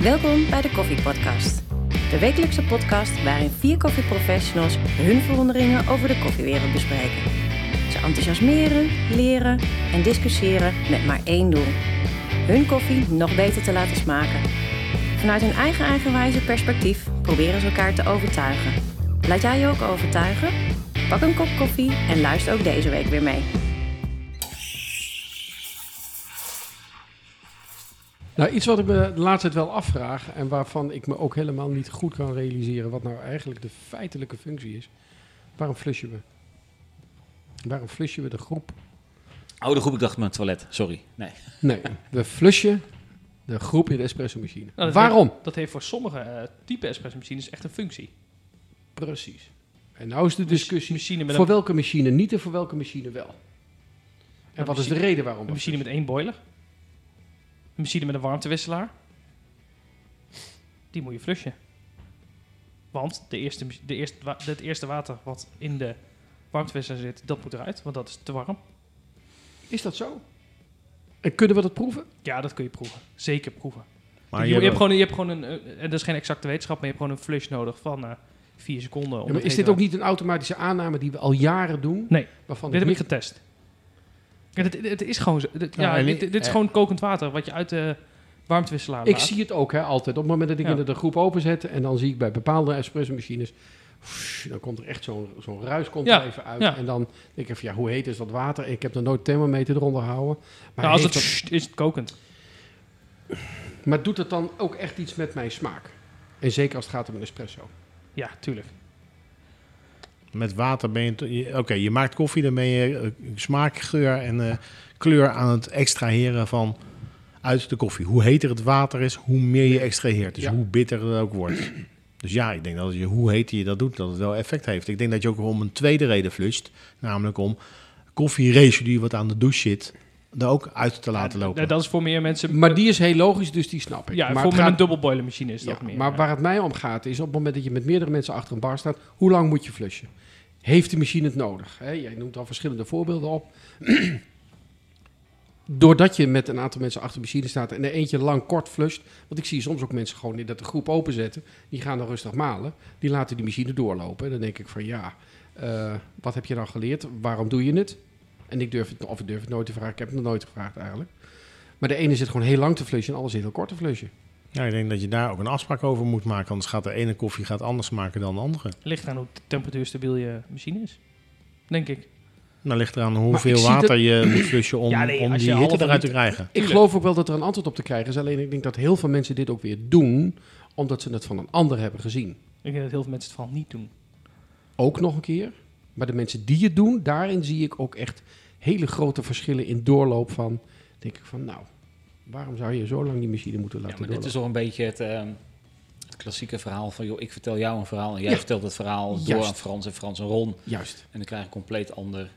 Welkom bij de Koffie Podcast. De wekelijkse podcast waarin 4 koffieprofessionals hun verwonderingen over de koffiewereld bespreken. Ze enthousiasmeren, leren en discussiëren met maar één doel: hun koffie nog beter te laten smaken. Vanuit hun eigen eigenwijze perspectief proberen ze elkaar te overtuigen. Laat jij je ook overtuigen? Pak een kop koffie en luister ook deze week weer mee. Nou, iets wat ik me de laatste tijd wel afvraag en waarvan ik me ook helemaal niet goed kan realiseren wat nou eigenlijk de feitelijke functie is. Waarom flushen we? Waarom flushen we de groep? Oh, de groep, ik dacht mijn toilet. Sorry. Nee, we flushen de groep in de espresso-machine. Nou, Waarom? Dat heeft voor sommige type espresso-machines echt een functie. Precies. En nou is de discussie Machine met voor welke machine niet en voor welke machine wel. En wat is de reden waarom? Een machine met 1 boiler. Een machine met een warmtewisselaar. Die moet je flushen. Want het eerste water wat in de warmtewisselaar zit, dat moet eruit, want dat is te warm. Is dat zo? En kunnen we dat proeven? Ja, dat kun je proeven. Zeker proeven. Maar je hebt gewoon een, en dat is geen exacte wetenschap, maar je hebt gewoon een flush nodig van 4 seconden. Ja, maar is dit ook niet een automatische aanname die we al jaren doen? Nee, Waarvan dit heb ik getest. Ja, het is gewoon zo. Dit is gewoon kokend water wat je uit de warmtewisselaar laat. Ik zie het ook altijd. Op het moment dat ik de groep openzet en dan zie ik bij bepaalde espresso-machines, dan komt er echt zo'n ruis er even uit. Ja. En dan denk ik van, hoe heet is dat water? Ik heb nog nooit thermometer eronder gehouden. Maar, als het is het kokend. Maar doet het dan ook echt iets met mijn smaak? En zeker als het gaat om een espresso. Ja, tuurlijk. met water ben je... Oké, je maakt koffie, dan ben je smaak, geur en kleur aan het extraheren van uit de koffie. Hoe heter het water is, hoe meer je extraheert. Dus hoe bitter het ook wordt. Dus ja, ik denk dat hoe heter je dat doet, dat het wel effect heeft. Ik denk dat je ook om een tweede reden flusht. Namelijk om koffieresidue wat aan de douche zit, er ook uit te laten lopen. Dat is voor meer mensen... Maar die is heel logisch, dus die snap ik. Ja, maar voor een dubbelboiler machine is dat meer. Maar waar het mij om gaat is, op het moment dat je met meerdere mensen achter een bar staat, hoe lang moet je flushen? Heeft de machine het nodig? Jij noemt al verschillende voorbeelden op. Doordat je met een aantal mensen achter de machine staat en er eentje lang kort flusht, want ik zie soms ook mensen gewoon dat de groep openzetten, die gaan dan rustig malen, die laten die machine doorlopen. En dan denk ik van wat heb je dan geleerd? Waarom doe je het? En ik durf het nooit te vragen. Ik heb het nog nooit gevraagd eigenlijk. Maar de ene zit gewoon heel lang te flushen en de andere zit heel kort te flushen. Ja, ik denk dat je daar ook een afspraak over moet maken. Anders gaat de ene koffie anders maken dan de andere. Ligt aan hoe temperatuurstabiel je machine is, denk ik. Nou, ligt eraan hoeveel water je moet flushen om die hitte eruit te krijgen. Ik geloof ook wel dat er een antwoord op te krijgen is. Alleen ik denk dat heel veel mensen dit ook weer doen, omdat ze het van een ander hebben gezien. Ik denk dat heel veel mensen het vooral niet doen. Ook nog een keer. Maar de mensen die het doen, daarin zie ik ook echt hele grote verschillen in doorloop van. Denk ik van, waarom zou je zo lang die machine moeten laten doorlopen? Dit is toch een beetje het klassieke verhaal van, joh, ik vertel jou een verhaal en jij vertelt het verhaal door aan Frans en Frans en Ron. Juist. En dan krijg je een compleet ander.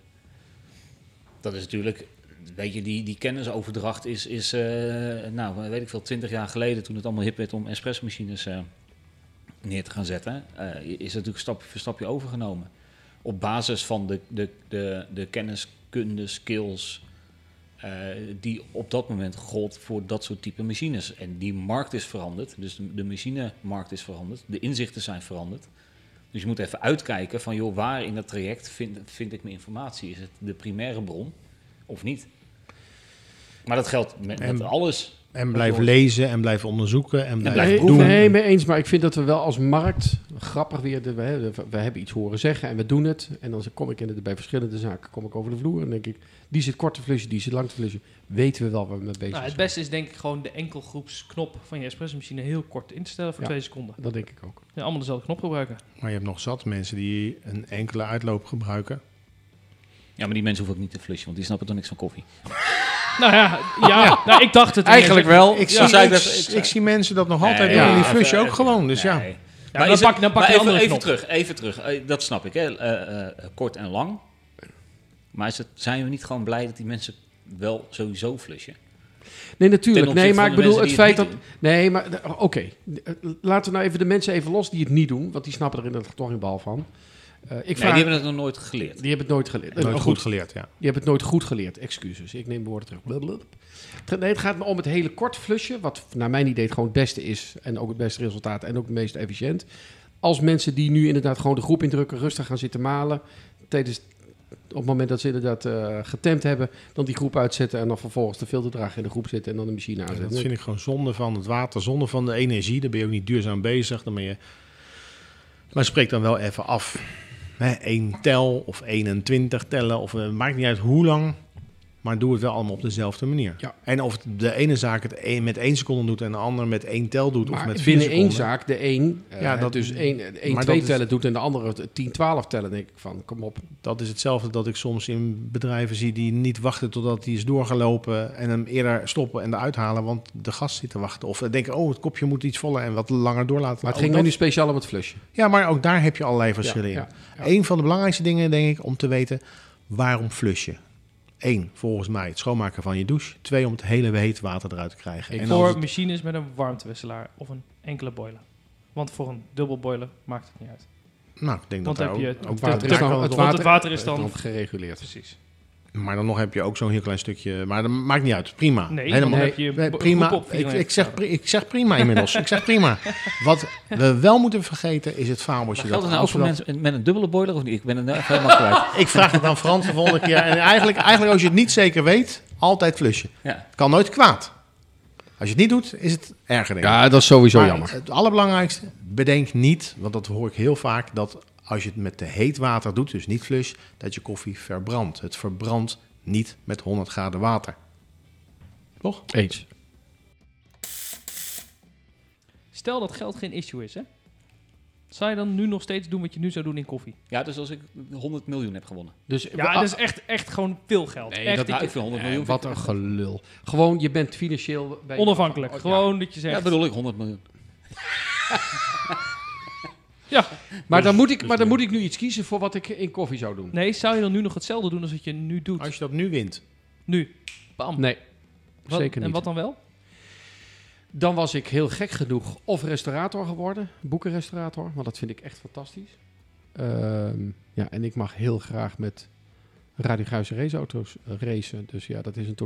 Dat is natuurlijk, weet je, die kennisoverdracht is weet ik veel, 20 jaar geleden, toen het allemaal hip werd om espressomachines neer te gaan zetten, is het natuurlijk stapje voor stapje overgenomen. Op basis van de kennis, kunde, skills die op dat moment gold voor dat soort type machines. En die markt is veranderd, dus de machinemarkt is veranderd, de inzichten zijn veranderd. Dus je moet even uitkijken van, joh, waar in dat traject vind ik mijn informatie? Is het de primaire bron of niet? Maar dat geldt met alles. En blijf lezen en blijf onderzoeken en blijf doen. Nee, mee eens. Maar ik vind dat we wel als markt grappig weer... We hebben iets horen zeggen en we doen het. En dan kom ik bij verschillende zaken over de vloer. En denk ik, die zit kort te flushen, die zit lang te flushen. Weten we wel waar we mee bezig zijn. Het beste is denk ik gewoon de enkelgroepsknop van je espressomachine heel kort in te stellen voor 2 seconden. Dat denk ik ook. Ja, allemaal dezelfde knop gebruiken. Maar je hebt nog zat mensen die een enkele uitloop gebruiken. Ja, maar die mensen hoeven ook niet te flushen, want die snappen toch niks van koffie. Nou, ik dacht het eigenlijk wel. Ik zie mensen dat nog altijd doen en die flushen ook gewoon. Dus nee. Maar dan pak je een andere knop. Even terug. Dat snap ik, hè. Kort en lang. Maar zijn we niet gewoon blij dat die mensen wel sowieso flushen? Nee, natuurlijk. Nee, maar ik bedoel het feit dat... Doen. Nee, maar oké. Laten we nou even de mensen even los die het niet doen, want die snappen er inderdaad toch geen bal van. Die hebben het nog nooit geleerd. Die hebben het nooit geleerd. Nooit goed geleerd, ja. Die hebben het nooit goed geleerd. Excuses, ik neem de woorden terug. Blablabla. Nee, het gaat me om het hele kort flusje, wat naar mijn idee het gewoon het beste is. En ook het beste resultaat en ook het meest efficiënt. Als mensen die nu inderdaad gewoon de groep indrukken, rustig gaan zitten malen. Tijdens, op het moment dat ze inderdaad getemd hebben, dan die groep uitzetten en dan vervolgens de filterdrager in de groep zitten en dan de machine Ja, aanzetten. dat vind ik gewoon zonde van het water, zonde van de energie. Daar ben je ook niet duurzaam bezig. Dan ben je... Maar spreek dan wel even af. 1 tel of 21 tellen. Of maakt niet uit hoe lang. Maar doe het wel allemaal op dezelfde manier. Ja. En of de ene zaak het met 1 seconde doet en de ander met 1 tel doet. Maar of met 4 binnen seconden. één zaak, de een dus 2 tellen doet en de andere 10, 12 tellen, denk ik van, kom op. Dat is hetzelfde dat ik soms in bedrijven zie die niet wachten totdat hij is doorgelopen en hem eerder stoppen en eruit halen, want de gast zit te wachten. Of denken, oh, het kopje moet iets voller en wat langer doorlaten. Maar het ging mij nu speciaal om het flusje. Ja, maar ook daar heb je allerlei verschillen Ja. in. Een van de belangrijkste dingen, denk ik, om te weten, waarom flus je? 1, volgens mij het schoonmaken van je douche. 2, om het hele heet water eruit te krijgen. Ik En Voor als het- machines met een warmtewisselaar of een enkele boiler. Want voor een dubbel boiler maakt het niet uit. nou, ik denk Want dat daar heb je ook Het te- water te- is dan, want het water is dan... gereguleerd. Precies. Maar dan nog heb je ook zo'n heel klein stukje. Maar dat maakt niet uit. Prima. Nee, Helemaal dan heb je een prima. groep op 94 Ik zeg prima inmiddels. Ik zeg prima. Wat we wel moeten vergeten is het faalbosje. Geldt het dat nou ook als voor we dat- mensen met een dubbele boiler of niet? Ik ben het nou helemaal kwijt. Ik vraag het aan Frans de volgende keer. En eigenlijk als je het niet zeker weet, altijd flusje. Ja. Kan nooit kwaad. Als je het niet doet, is het erger, denk ik. Ja, dat is sowieso Maar jammer. het allerbelangrijkste, bedenk niet, want dat hoor ik heel vaak, dat als je het met te heet water doet, dus niet flush, dat je koffie verbrandt. Het verbrandt niet met 100 graden water. Toch? Eens. Stel dat geld geen issue is, hè? Zou je dan nu nog steeds doen wat je nu zou doen in koffie? Ja, dus als ik 100 miljoen heb gewonnen. Dus, Ja, dat is echt gewoon veel geld. Nee, echt, dat- Nou, ik vind 100 miljoen. wat een gelul. Gewoon, je bent financieel... onafhankelijk. Ja. Gewoon dat je zegt... Ja, bedoel ik 100 miljoen. Ja. Maar dan moet ik nu iets kiezen voor wat ik in koffie zou doen. Nee, zou je dan nu nog hetzelfde doen als wat je nu doet? Als je dat nu wint. Nu. Bam. Nee, Wat- zeker niet. En wat dan wel? Dan was ik heel gek genoeg of restaurator geworden. Boekenrestaurator, want dat vind ik echt fantastisch. Ja, en ik mag heel graag met radioguise raceauto's racen. Dus ja, dat is een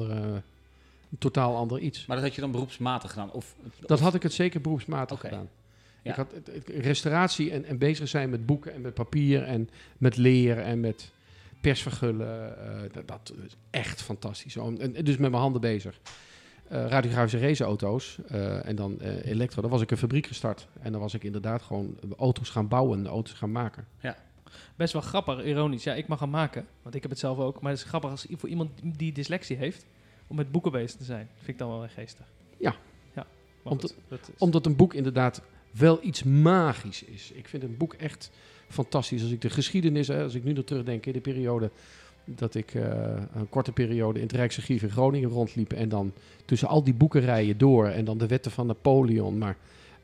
totaal ander iets. Maar dat had je dan beroepsmatig gedaan? Dat had ik het zeker beroepsmatig Oké. gedaan. Ja. Ik had restauratie en bezig zijn met boeken en met papier en met leer en met persvergullen. Dat is echt fantastisch. En dus met mijn handen bezig. Radiografische raceauto's en dan elektro. Dan was ik een fabriek gestart. En dan was ik inderdaad gewoon auto's gaan bouwen, auto's gaan maken. Best wel grappig, ironisch. Ja, ik mag hem maken, want ik heb het zelf ook. Maar het is grappig als voor iemand die dyslexie heeft, om met boeken bezig te zijn. Vind ik dan wel weer geestig. Ja. Ja. Maar goed, dat is- Omdat een boek inderdaad wel iets magisch is. Ik vind een boek echt fantastisch. Als ik de geschiedenis, als ik nu nog terugdenk in de periode dat ik een korte periode in het Rijksarchief in Groningen rondliep en dan tussen al die boekerijen door en dan de wetten van Napoleon, maar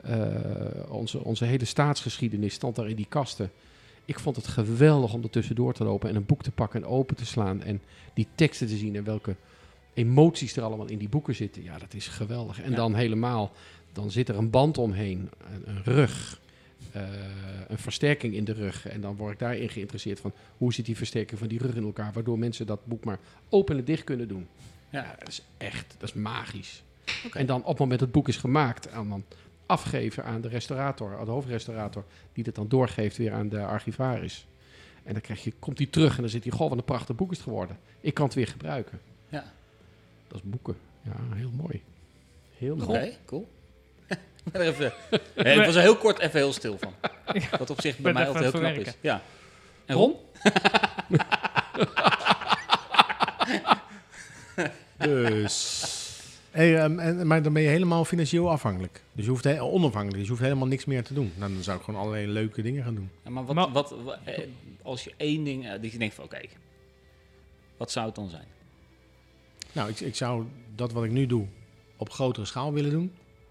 onze hele staatsgeschiedenis stond daar in die kasten. Ik vond het geweldig om er tussendoor te lopen en een boek te pakken en open te slaan en die teksten te zien en welke emoties er allemaal in die boeken zitten. Ja, dat is geweldig. En dan helemaal, dan zit er een band omheen, een rug, een versterking in de rug. En dan word ik daarin geïnteresseerd van hoe zit die versterking van die rug in elkaar, waardoor mensen dat boek maar open en dicht kunnen doen. Ja, dat is echt, dat is magisch. Oké. En dan op het moment dat het boek is gemaakt, en dan afgeven aan de restaurator, aan de hoofdrestaurator, die het dan doorgeeft weer aan de archivaris. En dan komt hij terug en dan zit hij, goh, wat een prachtig boek is het geworden. Ik kan het weer gebruiken. Ja. Dat is boeken. Ja, heel mooi. Heel Oké, mooi. cool. Ik ben er even... Nee, ik was er heel kort even heel stil van. Wat op zich bij Ben mij even altijd heel aan knap het is. Ja. En Ron? Dus. Maar dan ben je helemaal financieel afhankelijk. Dus je hoeft onafhankelijk. Dus je hoeft helemaal niks meer te doen. Nou, dan zou ik gewoon allerlei leuke dingen gaan doen. Ja, maar Maar- als je één ding... dat je denkt van, oké, wat zou het dan zijn? Nou, ik zou dat wat ik nu doe op grotere schaal willen doen.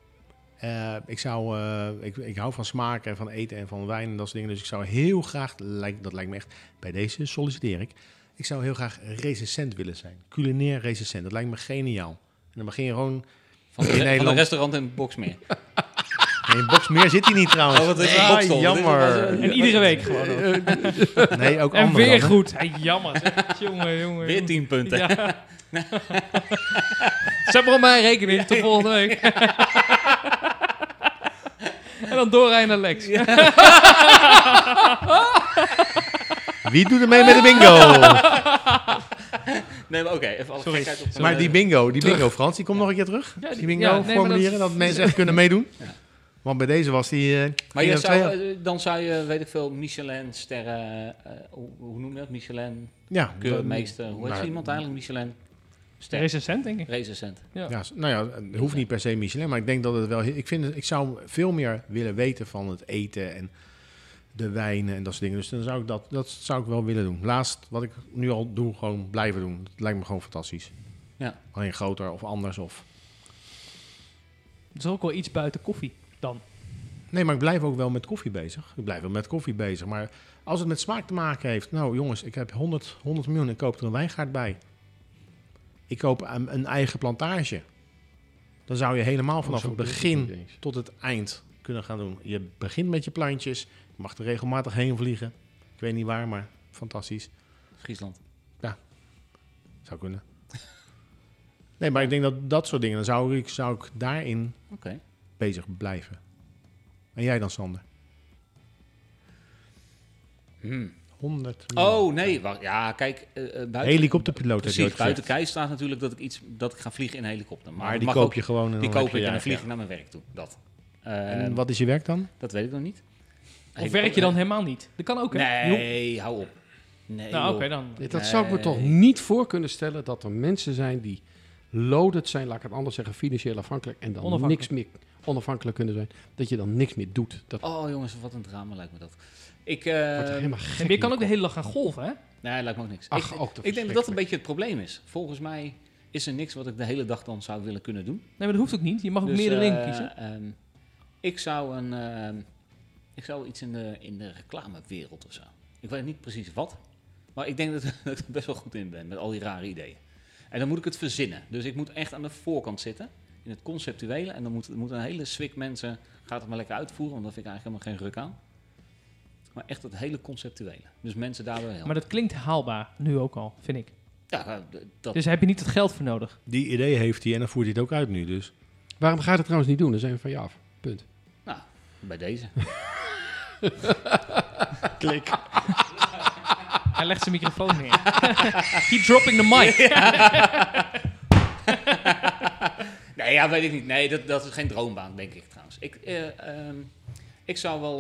Ik hou van smaken en van eten en van wijn en dat soort dingen. Dus ik zou heel graag, dat lijkt me echt, bij deze solliciteer ik. Ik zou heel graag recensent willen zijn. Culinair recensent. Dat lijkt me geniaal. En dan begin je gewoon Van in een Nederland. restaurant in Boxmeer. Nee, in box meer zit hij niet trouwens. Oh, wat is een Ah, boxstol? jammer. En iedere week gewoon ook. Nee, ook En andere weer dan, hè? goed. Hey, jammer. Zeg. Jongen. Weer 10 punten. Ja. Zet maar op mijn rekening. Tot volgende week. En dan doorrijden naar Lex. Wie doet er mee met de bingo? Nee, maar oké, even alle Sorry. gekheid op. Maar die bingo, Frans, die komt nog een keer terug? Ja, Die bingo ja, nee, maar formulieren, dat mensen echt kunnen meedoen? Ja. Want bij deze was die... Maar je ging er twee- zou, dan zou je, weet ik veel, Michelin-sterren... hoe noem je dat? Michelin-keurmeester. Ja, Hoe heet maar- iemand eigenlijk? Michelin-ster. Recensent, denk ik. Recensent. Ja. Ja, nou ja, het hoeft niet per se Michelin, maar ik denk dat het wel... Ik zou veel meer willen weten van het eten en de wijnen en dat soort dingen. Dus dan zou ik dat zou ik wel willen doen. Laatst, wat ik nu al doe, gewoon blijven doen. Dat lijkt me gewoon fantastisch. Ja. Alleen groter of anders of... Dat is ook wel iets buiten koffie dan. Nee, maar ik blijf ook wel met koffie bezig. Ik blijf wel met koffie bezig. Maar als het met smaak te maken heeft... Nou jongens, ik heb 100 miljoen en ik koop er een wijngaard bij. Ik koop een eigen plantage. Dan zou je helemaal vanaf Zo het durf ik begin niet eens. tot het eind kunnen gaan doen. Je begint met je plantjes. Je mag er regelmatig heen vliegen. Ik weet niet waar, maar fantastisch. Friesland. Zou kunnen. Nee, maar ik denk dat soort dingen... Dan zou ik daarin Oké. bezig blijven. En jij dan, Sander? 100 miljoen. Oh, nee. Wacht, ja, kijk. Buiten, Helikopterpiloot heb je Precies, ook buiten gezegd. kijf staat natuurlijk dat ik ga vliegen in een helikopter. Maar dat die mag koop ook- je gewoon. Die dan koop heb je ik en dan je vlieg ik eigen. naar mijn werk toe. Dat. En wat is je werk dan? Dat weet ik nog niet. Of werk je dan helemaal niet? Dat kan ook, hè? Nee, hou op. Nee, Nou, joh. oké, dan. Dat zou ik me toch niet voor kunnen stellen dat er mensen zijn die loaded zijn, laat ik het anders zeggen, financieel afhankelijk en dan Onafhankelijk. niks meer onafhankelijk kunnen zijn. Dat je dan niks meer doet. Dat Oh jongens, wat een drama lijkt me dat. Ik, wordt er helemaal gek. En je kan in ook de hele dag gaan golven, hè? Nee, lijkt me ook niks. Ach, ik, ook te ik denk dat dat een verschrikkelijk. beetje het probleem is. Volgens mij is er niks wat ik de hele dag dan zou willen kunnen doen. Nee, maar dat hoeft ook niet. Je mag ook Dus, meerdere dingen kiezen. Ik zou iets in de reclamewereld of zo. Ik weet niet precies wat. Maar ik denk dat ik er best wel goed in ben met al die rare ideeën. En dan moet ik het verzinnen. Dus ik moet echt aan de voorkant zitten. In het conceptuele. En dan moet een hele swik mensen... Gaat het maar lekker uitvoeren. Want dat vind ik eigenlijk helemaal geen ruk aan. Maar echt het hele conceptuele. Dus mensen daar wel helpen. Maar dat klinkt haalbaar, nu ook al, vind ik. Ja, dat... Dus heb je niet het geld voor nodig. Die idee heeft hij en dan voert hij het ook uit nu. Dus. Waarom ga je het trouwens niet doen? Dan zijn we van je af. Punt. Nou, bij deze. Klik. Hij legt zijn microfoon neer. Keep dropping the mic. Nee, ja, weet ik niet. Nee, dat is geen droombaan, denk ik trouwens. Ik zou wel...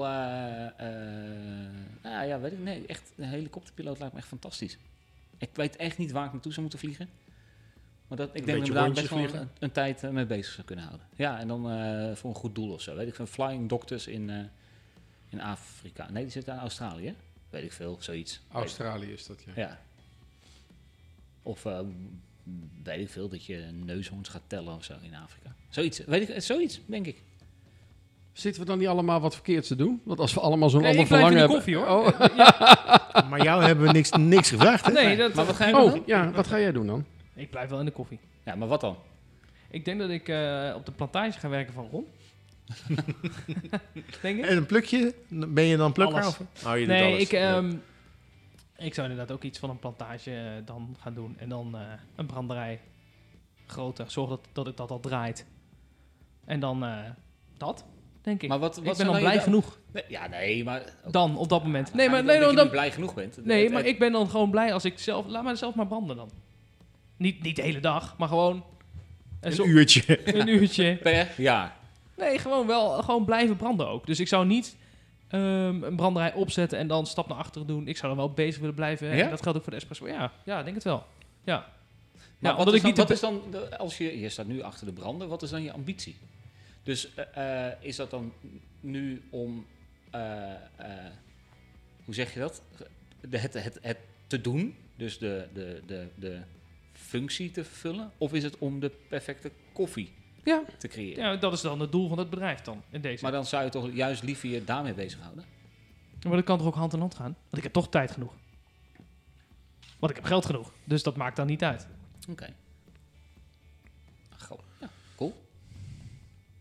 nou ja, weet ik. Nee, echt, een helikopterpiloot lijkt me echt fantastisch. Ik weet echt niet waar ik naartoe zou moeten vliegen. Maar ik denk dat ik beetje me daar rondjes best wel vliegen? een tijd mee bezig zou kunnen houden. Ja, en dan voor een goed doel of zo. Weet ik veel, flying doctors in Afrika. Nee, die zitten in Australië. Hè? Weet ik veel, zoiets. Australië is dat, ja. Ja. Of weet ik veel, dat je neushoorns gaat tellen of zo in Afrika. Zoiets, denk ik. Zitten we dan niet allemaal wat verkeerds te doen? Want als we allemaal zo'n Nee, ander ik blijf in verlangen de hebben... koffie, hoor. Oh, Maar jou hebben we niks gevraagd, hè? Nee, dat, Maar wat ga je doen? oh, ja, wat ga jij doen dan? ik blijf wel in de koffie. Ja, maar wat dan? Ik denk dat ik op de plantage ga werken van Ron. Denk ik? En een plukje? Ben je dan plukker? Alles. Of? Oh, je doet Nee, alles. ik zou inderdaad ook iets van een plantage dan gaan doen. En dan een branderij groter. Zorg dat het dat al draait. En dan dat, denk ik. Maar wat Ik ben zijn dan je blij da- genoeg. Nee, ja, nee, maar... Dan, op dat moment. Ja, Nee, ga maar, je nee, dat je dan, nu blij genoeg bent. nee, Het- maar het- ik ben dan gewoon blij als ik zelf... Laat maar zelf maar branden dan. Niet de hele dag, maar gewoon... Een uurtje. Een uurtje. Per jaar. Nee, gewoon blijven branden ook. Dus ik zou niet een branderij opzetten en dan stap naar achteren doen. Ik zou dan wel bezig willen blijven. Ja? En dat geldt ook voor de espresso. Ja, ik denk het wel. Ja. Maar Ja, wat omdat is ik niet dan, te wat is dan als je staat nu achter de branden, wat is dan je ambitie? Dus is dat dan nu om, hoe zeg je dat? Het te doen, dus de functie te vervullen? Of is het om de perfecte koffie Ja. te creëren? Ja, dat is dan het doel van het bedrijf dan, in deze. Maar dan zou je toch juist liever je daarmee bezighouden? Maar dat kan toch ook hand in hand gaan? Want ik heb toch tijd genoeg. Want ik heb geld genoeg. Dus dat maakt dan niet uit. Oké. Goh, ja, cool.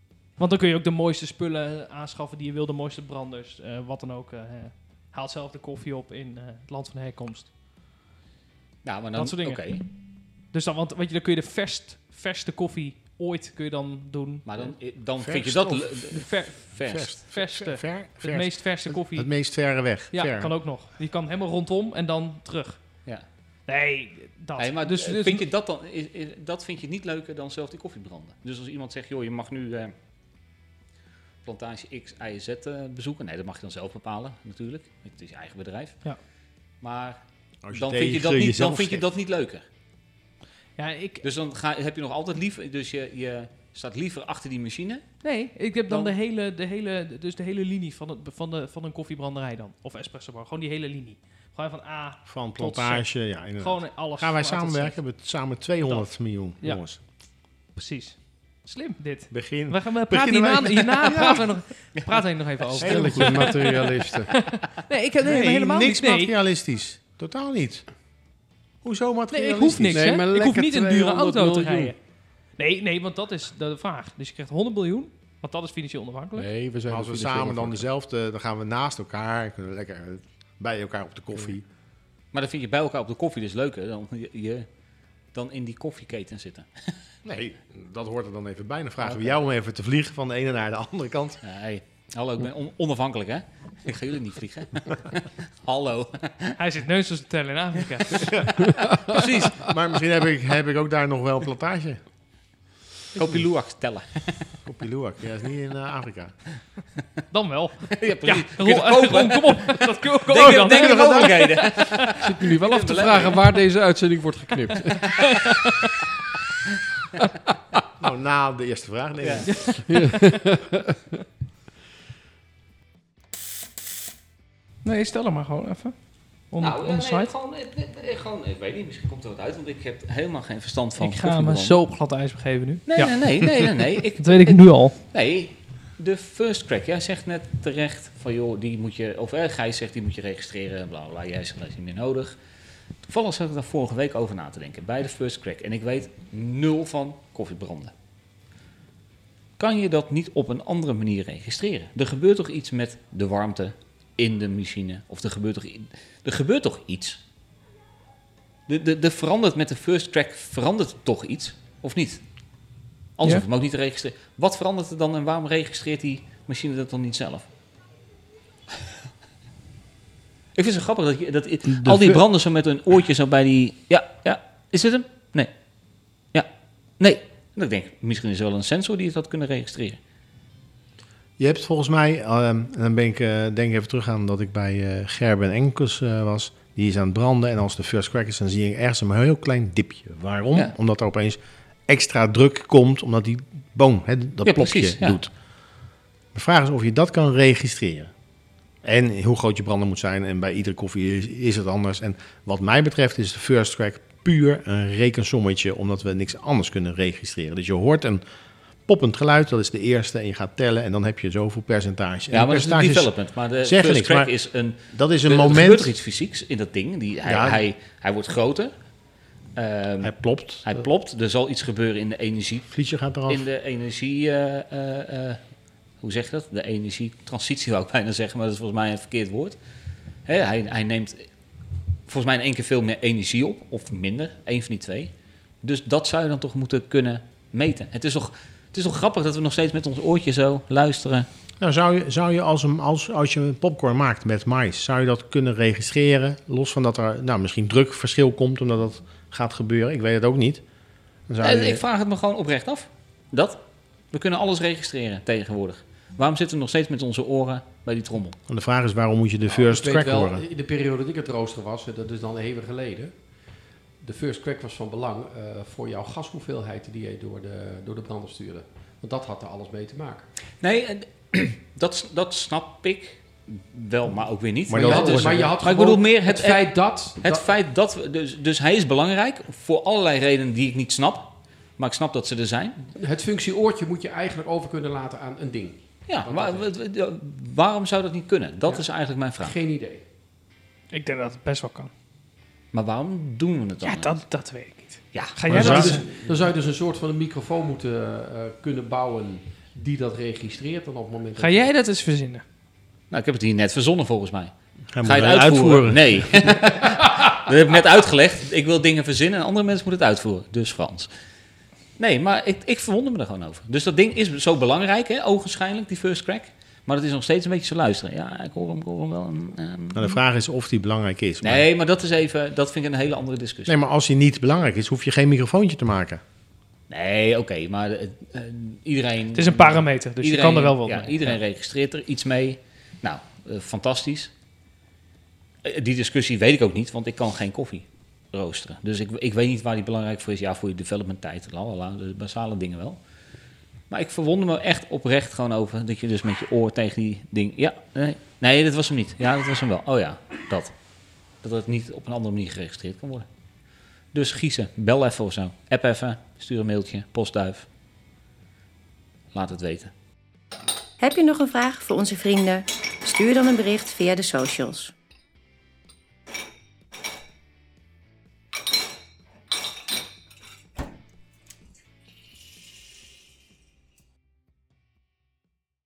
Want dan kun je ook de mooiste spullen aanschaffen die je wil, de mooiste branders, wat dan ook. Haalt zelf de koffie op in het land van herkomst. Ja, maar dan, Dat soort dingen. Oké. Dus dan, want weet je, dan kun je de verste koffie ooit kun je dan doen. Maar dan Verst vind je dat... of- De verste. Het meest verse koffie. Het meest verre weg. Ja, Ver. kan ook nog. Die kan helemaal rondom en dan terug. Ja. Nee, dat. Hey, maar dus, vind je dat dan... dat vind je niet leuker dan zelf die koffie branden? Dus als iemand zegt, joh, je mag nu plantage X, Y, Z bezoeken. Nee, dat mag je dan zelf bepalen, natuurlijk. Het is je eigen bedrijf. Ja. Maar Als dan tegen vind je dat niet, jezelf dan vind je zegt. dat niet leuker. Ja, ik... Dus dan heb je nog altijd liever... Dus je staat liever achter die machine. Nee, ik heb dan Dan- de hele linie van een koffiebranderij dan. Of espresso bar. Gewoon die hele linie. Gewoon van A, Van plantage, ja, inderdaad. gewoon alles. Gaan wij van A tot Z. samenwerken? Hebben we samen 200 Dat. miljoen, Ja. jongens. Precies. Slim, dit. Begin. We gaan praten Beginnen hierna praten we nog even over. Stelletje materialisten. Nee, ik heb nee, helemaal niks niet. Nee. materialistisch. Totaal niet. Hoezo Nee, materialistisch? ik hoef niks, Nee, hè? maar Ik hoef lekker niet een dure 200 auto te miljoen. rijden. Nee, want dat is de vraag. Dus je krijgt 100 miljoen, want dat is financieel onafhankelijk. Nee, we zijn Als we financieel samen dan afhankelijk. dezelfde, dan gaan we naast elkaar, kunnen we lekker bij elkaar op de koffie. Maar dan vind je bij elkaar op de koffie dus leuker dan in die koffieketen zitten. Nee, dat hoort er dan even bij. Dan vragen we jou om even te vliegen van de ene naar de andere kant. Nee. Hallo, ik ben onafhankelijk, hè? Ik ga jullie niet vliegen. Hallo. Hij zit neus te tellen in Afrika. Precies. Maar misschien heb ik ook daar nog wel een plantage. Kopi Luwak tellen. Koppie Luwak, ja, is niet in Afrika. Dan wel. Ja, Ja, precies. Kun je het kopen? Ron, kom op. Dat kun je ook Denk dan. aan de mogelijkheden. Ik zit me nu wel af te vragen waar deze uitzending wordt geknipt. Nou, na de eerste vraag. Nee. Ja. Nee, stel hem maar gewoon even. On the site. Gewoon, ik weet niet, misschien komt er wat uit, want ik heb helemaal geen verstand van Ik ga me koffiebranden. zo op glad ijs begeven nu. Nee, Ja. nee. Dat weet ik nu al. Nee, de first crack. Jij zegt net terecht van, joh, die moet je... Of Gijs zegt, die moet je registreren, bla, bla. Jij zegt, dat is niet meer nodig. Toevallig zat ik daar vorige week over na te denken, bij de first crack. En ik weet 0 van koffiebranden. Kan je dat niet op een andere manier registreren? Er gebeurt toch iets met de warmte in de machine? Of er gebeurt toch iets? Er verandert met de first crack, verandert toch iets? Of niet? Anders Ja. hoef je hem ook niet te registreren. Wat verandert er dan en waarom registreert die machine dat dan niet zelf? Ik vind het zo grappig dat al die branders zo met een oortje zo bij die... Ja, is het hem? Nee. Ja, nee. En ik denk, misschien is er wel een sensor die het had kunnen registreren. Je hebt volgens mij, en dan ben ik, denk even terug aan dat ik bij Gerben Enkels was. Die is aan het branden en als de first crack is, dan zie je ergens een heel klein dipje. Waarom? Ja. Omdat er opeens extra druk komt, omdat die boom, dat Ja, plopje precies, ja. doet. De vraag is of je dat kan registreren. En hoe groot je brander moet zijn. En bij iedere koffie is het anders. En wat mij betreft is de first crack puur een rekensommetje, omdat we niks anders kunnen registreren. Dus je hoort een poppend geluid, dat is de eerste, en je gaat tellen en dan heb je zoveel percentage. En Ja, die maar dat is een percentages, development. Maar de zeggen first niks, crack maar is een... dat is een Er gebeurt moment, er iets fysieks in dat ding. Ja. Hij wordt groter. hij plopt, Hij plopt. Er zal iets gebeuren in de energie. vliesje gaat eraf. In de energie... hoe zeg je dat? De energietransitie wou ik bijna zeggen, maar dat is volgens mij een verkeerd woord. Hè, hij neemt volgens mij in één keer veel meer energie op. Of minder. 1 van die 2. Dus dat zou je dan toch moeten kunnen meten. Het is toch grappig dat we nog steeds met ons oortje zo luisteren. Nou, zou je als je een popcorn maakt met mais, zou je dat kunnen registreren? Los van dat er misschien drukverschil komt, omdat dat gaat gebeuren. Ik weet het ook niet. Dan zou je- Ik vraag het me gewoon oprecht af. We kunnen alles registreren tegenwoordig. Waarom zitten we nog steeds met onze oren bij die trommel? Want de vraag is, waarom moet je de first Ik weet crack wel, horen? in de periode dat ik het rooster was, dat is dan even geleden. De first crack was van belang voor jouw gashoeveelheid die je door de brander stuurde. Want dat had er alles mee te maken. Nee, dat snap ik wel, maar ook weer niet. Maar Maar je dat had, was- maar je had Maar ik gewoon bedoel meer het feit dat... Het feit dat we... Dus hij is belangrijk voor allerlei redenen die ik niet snap. Maar ik snap dat ze er zijn. Het functie oortje moet je eigenlijk over kunnen laten aan een ding. Ja, Want maar dat waarom zou dat niet kunnen? Dat Ja. is eigenlijk mijn vraag. Geen idee. Ik denk dat het best wel kan. Maar waarom doen we het dan? Ja, dat weet ik niet. Ja, Ga Maar jij dat zou- eens... Dan zou je dus een soort van een microfoon moeten kunnen bouwen die dat registreert dan op het moment... Ga jij dat eens verzinnen? Nou, ik heb het hier net verzonnen volgens mij. Hij Ga je moet het uitvoeren? uitvoeren. Nee. Dat heb ik net uitgelegd. Ik wil dingen verzinnen en andere mensen moeten het uitvoeren. Dus Frans. Nee, maar ik verwonder me er gewoon over. Dus dat ding is zo belangrijk, hè, ogenschijnlijk, die first crack. Maar het is nog steeds een beetje zo luisteren. Ja, ik hoor hem wel. Nou, de vraag is of die belangrijk is. Maar- Nee, maar dat vind ik een hele andere discussie. Nee, maar als die niet belangrijk is, hoef je geen microfoontje te maken. Nee, oké, maar iedereen... Het is een parameter, dus je kan er wel wat mee. Iedereen registreert er iets mee. Nou, fantastisch. Die discussie weet ik ook niet, want ik kan geen koffie roosteren. Dus ik weet niet waar die belangrijk voor is. Ja, voor je development tijd, de basale dingen wel. Maar ik verwonder me echt oprecht gewoon over dat je dus met je oor tegen die ding... Ja, nee, dat was hem niet. Ja, dat was hem wel. Oh ja, dat. Dat het niet op een andere manier geregistreerd kan worden. Dus Giezen, bel even of zo. App even, stuur een mailtje, postduif. Laat het weten. Heb je nog een vraag voor onze vrienden? Stuur dan een bericht via de socials.